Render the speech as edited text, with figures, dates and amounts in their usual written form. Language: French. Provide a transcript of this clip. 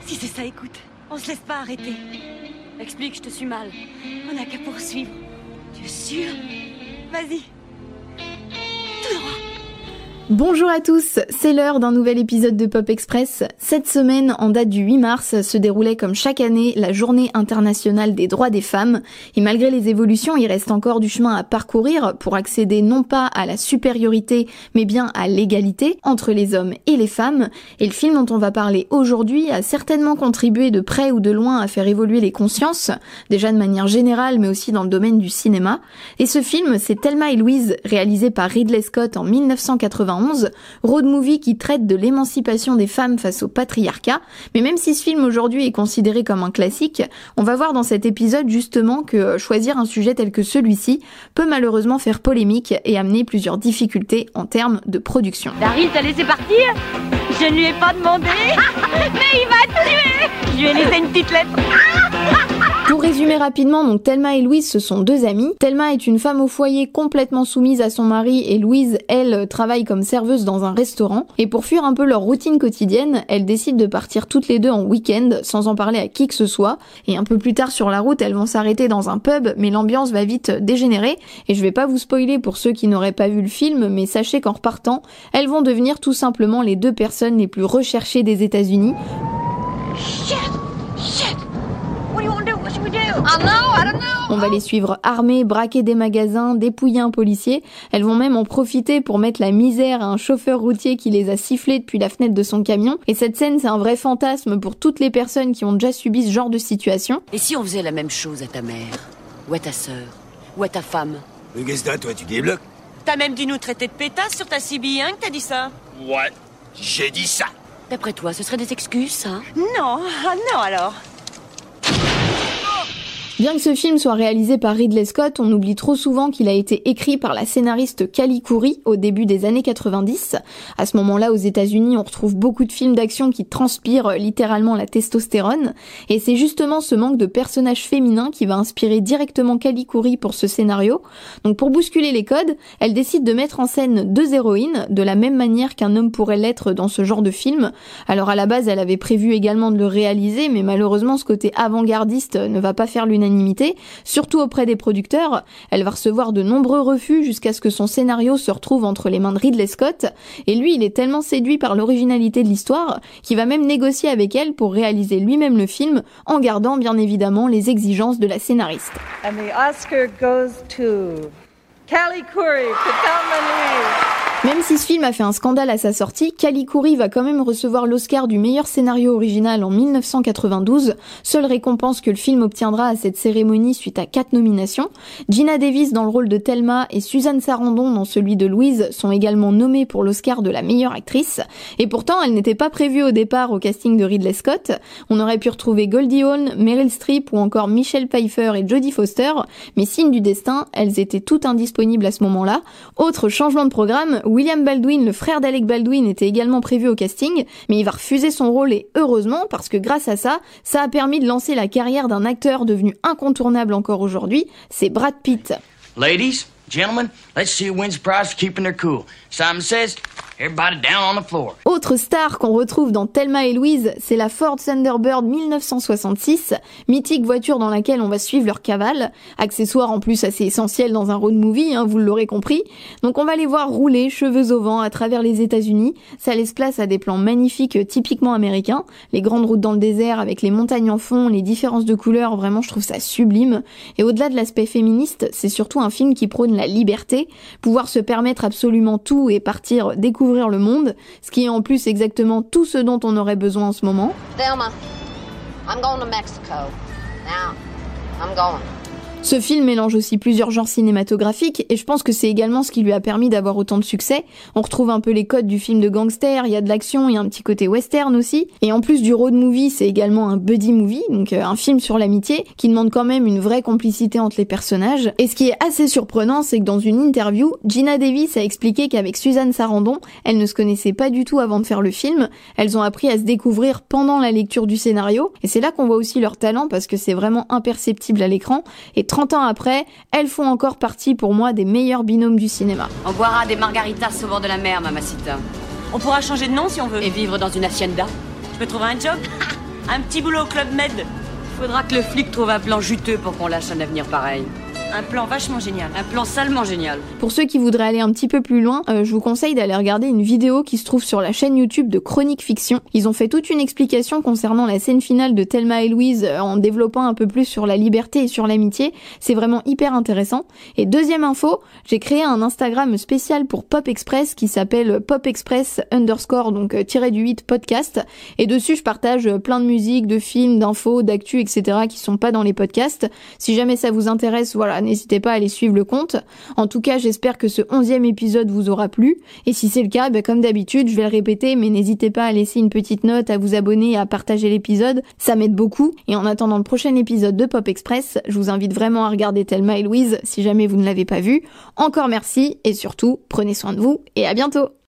Si c'est ça, écoute, on se laisse pas arrêter. Explique, je te suis mal. On n'a qu'à poursuivre. Tu es sûr? Vas-y. Tout droit. Bonjour à tous, c'est l'heure d'un nouvel épisode de Pop Express. Cette semaine, en date du 8 mars, se déroulait comme chaque année la Journée internationale des droits des femmes. Et malgré les évolutions, il reste encore du chemin à parcourir pour accéder non pas à la supériorité, mais bien à l'égalité entre les hommes et les femmes. Et le film dont on va parler aujourd'hui a certainement contribué de près ou de loin à faire évoluer les consciences, déjà de manière générale, mais aussi dans le domaine du cinéma. Et ce film, c'est Thelma et Louise, réalisé par Ridley Scott en 1991. Road movie qui traite de l'émancipation des femmes face au patriarcat. Mais même si ce film aujourd'hui est considéré comme un classique, on va voir dans cet épisode justement que choisir un sujet tel que celui-ci peut malheureusement faire polémique et amener plusieurs difficultés en termes de production. Daryl t'a laissé partir? Je ne lui ai pas demandé. Mais il m'a tué. Je lui ai laissé une petite lettre. Pour résumer rapidement, donc Thelma et Louise, ce sont deux amies. Thelma est une femme au foyer complètement soumise à son mari et Louise, elle, travaille comme serveuse dans un restaurant. Et pour fuir un peu leur routine quotidienne, elles décident de partir toutes les deux en week-end sans en parler à qui que ce soit. Et un peu plus tard sur la route, elles vont s'arrêter dans un pub, mais l'ambiance va vite dégénérer. Et je vais pas vous spoiler pour ceux qui n'auraient pas vu le film, mais sachez qu'en repartant, elles vont devenir tout simplement les deux personnes les plus recherchées des États-Unis. On va les suivre armées, braquer des magasins, dépouiller un policier. Elles vont même en profiter pour mettre la misère à un chauffeur routier qui les a sifflés depuis la fenêtre de son camion. Et cette scène, c'est un vrai fantasme pour toutes les personnes qui ont déjà subi ce genre de situation. Et si on faisait la même chose à ta mère? Ou à ta sœur? Ou à ta femme? Mais qu'est-ce que toi, tu débloques? T'as même dû nous traiter de pétasse sur ta CB, hein, que t'as dit ça? Ouais, j'ai dit ça. D'après toi, ce serait des excuses, ça? Non, ah non alors. Bien que ce film soit réalisé par Ridley Scott, on oublie trop souvent qu'il a été écrit par la scénariste Callie Khouri au début des années 90. À ce moment-là, aux États-Unis, on retrouve beaucoup de films d'action qui transpirent littéralement la testostérone. Et c'est justement ce manque de personnages féminins qui va inspirer directement Callie Khouri pour ce scénario. Donc pour bousculer les codes, elle décide de mettre en scène deux héroïnes, de la même manière qu'un homme pourrait l'être dans ce genre de film. Alors à la base, elle avait prévu également de le réaliser, mais malheureusement, ce côté avant-gardiste ne va pas faire l'unanimité. Surtout auprès des producteurs. Elle va recevoir de nombreux refus jusqu'à ce que son scénario se retrouve entre les mains de Ridley Scott. Et lui, il est tellement séduit par l'originalité de l'histoire qu'il va même négocier avec elle pour réaliser lui-même le film en gardant bien évidemment les exigences de la scénariste. And the Oscar goes to Callie Khouri for Thelma and Louise. Même si ce film a fait un scandale à sa sortie, Callie Khouri va quand même recevoir l'Oscar du meilleur scénario original en 1992, seule récompense que le film obtiendra à cette cérémonie suite à 4 nominations. Geena Davis dans le rôle de Thelma et Suzanne Sarandon dans celui de Louise sont également nommées pour l'Oscar de la meilleure actrice. Et pourtant, elles n'étaient pas prévues au départ au casting de Ridley Scott. On aurait pu retrouver Goldie Hawn, Meryl Streep ou encore Michelle Pfeiffer et Jodie Foster, mais signe du destin, elles étaient toutes indisponibles à ce moment-là. Autre changement de programme, William Baldwin, le frère d'Alec Baldwin, était également prévu au casting, mais il va refuser son rôle et heureusement, parce que grâce à ça, ça a permis de lancer la carrière d'un acteur devenu incontournable encore aujourd'hui, c'est Brad Pitt. Ladies, gentlemen, let's see who wins the prize for keeping their cool. Simon says, everybody down on the floor. Autre star qu'on retrouve dans Thelma et Louise, c'est la Ford Thunderbird 1966, mythique voiture dans laquelle on va suivre leur cavale, accessoire en plus assez essentiel dans un road movie, vous l'aurez compris. Donc on va les voir rouler, cheveux au vent, à travers les États-Unis. Ça laisse place à des plans magnifiques typiquement américains, les grandes routes dans le désert avec les montagnes en fond, les différences de couleurs, vraiment je trouve ça sublime. Et au-delà de l'aspect féministe, c'est surtout un film qui prône la liberté, pouvoir se permettre absolument tout et partir découvrir le monde, ce qui est en plus exactement tout ce dont on aurait besoin en ce moment. Thelma, I'm going to Mexico. Now, I'm going. Ce film mélange aussi plusieurs genres cinématographiques et je pense que c'est également ce qui lui a permis d'avoir autant de succès. On retrouve un peu les codes du film de gangster, il y a de l'action, il y a un petit côté western aussi. Et en plus du road movie, c'est également un buddy movie, donc un film sur l'amitié qui demande quand même une vraie complicité entre les personnages. Et ce qui est assez surprenant, c'est que dans une interview, Geena Davis a expliqué qu'avec Suzanne Sarandon, elles ne se connaissaient pas du tout avant de faire le film. Elles ont appris à se découvrir pendant la lecture du scénario. Et c'est là qu'on voit aussi leur talent parce que c'est vraiment imperceptible à l'écran. Et 30 ans après, elles font encore partie pour moi des meilleurs binômes du cinéma. On boira des margaritas au bord de la mer, mamacita. On pourra changer de nom si on veut. Et vivre dans une hacienda. Je peux trouver un job? Un petit boulot au Club Med. Faudra que le flic trouve un plan juteux pour qu'on lâche un avenir pareil. Un plan vachement génial. Un plan salement génial. Pour ceux qui voudraient aller un petit peu plus loin, je vous conseille d'aller regarder une vidéo qui se trouve sur la chaîne YouTube de Chronique Fiction. Ils ont fait toute une explication concernant la scène finale de Thelma et Louise en développant un peu plus sur la liberté et sur l'amitié. C'est vraiment hyper intéressant. Et deuxième info, j'ai créé un Instagram spécial pour Pop Express qui s'appelle popexpress_ donc _8 podcast. Et dessus, je partage plein de musique, de films, d'infos, d'actu, etc. qui sont pas dans les podcasts. Si jamais ça vous intéresse, voilà, n'hésitez pas à aller suivre le compte. En tout cas, j'espère que ce 11e épisode vous aura plu. Et si c'est le cas, comme d'habitude, je vais le répéter, mais n'hésitez pas à laisser une petite note, à vous abonner, à partager l'épisode. Ça m'aide beaucoup. Et en attendant le prochain épisode de Pop Express, je vous invite vraiment à regarder Thelma et Louise si jamais vous ne l'avez pas vu. Encore merci et surtout, prenez soin de vous et à bientôt.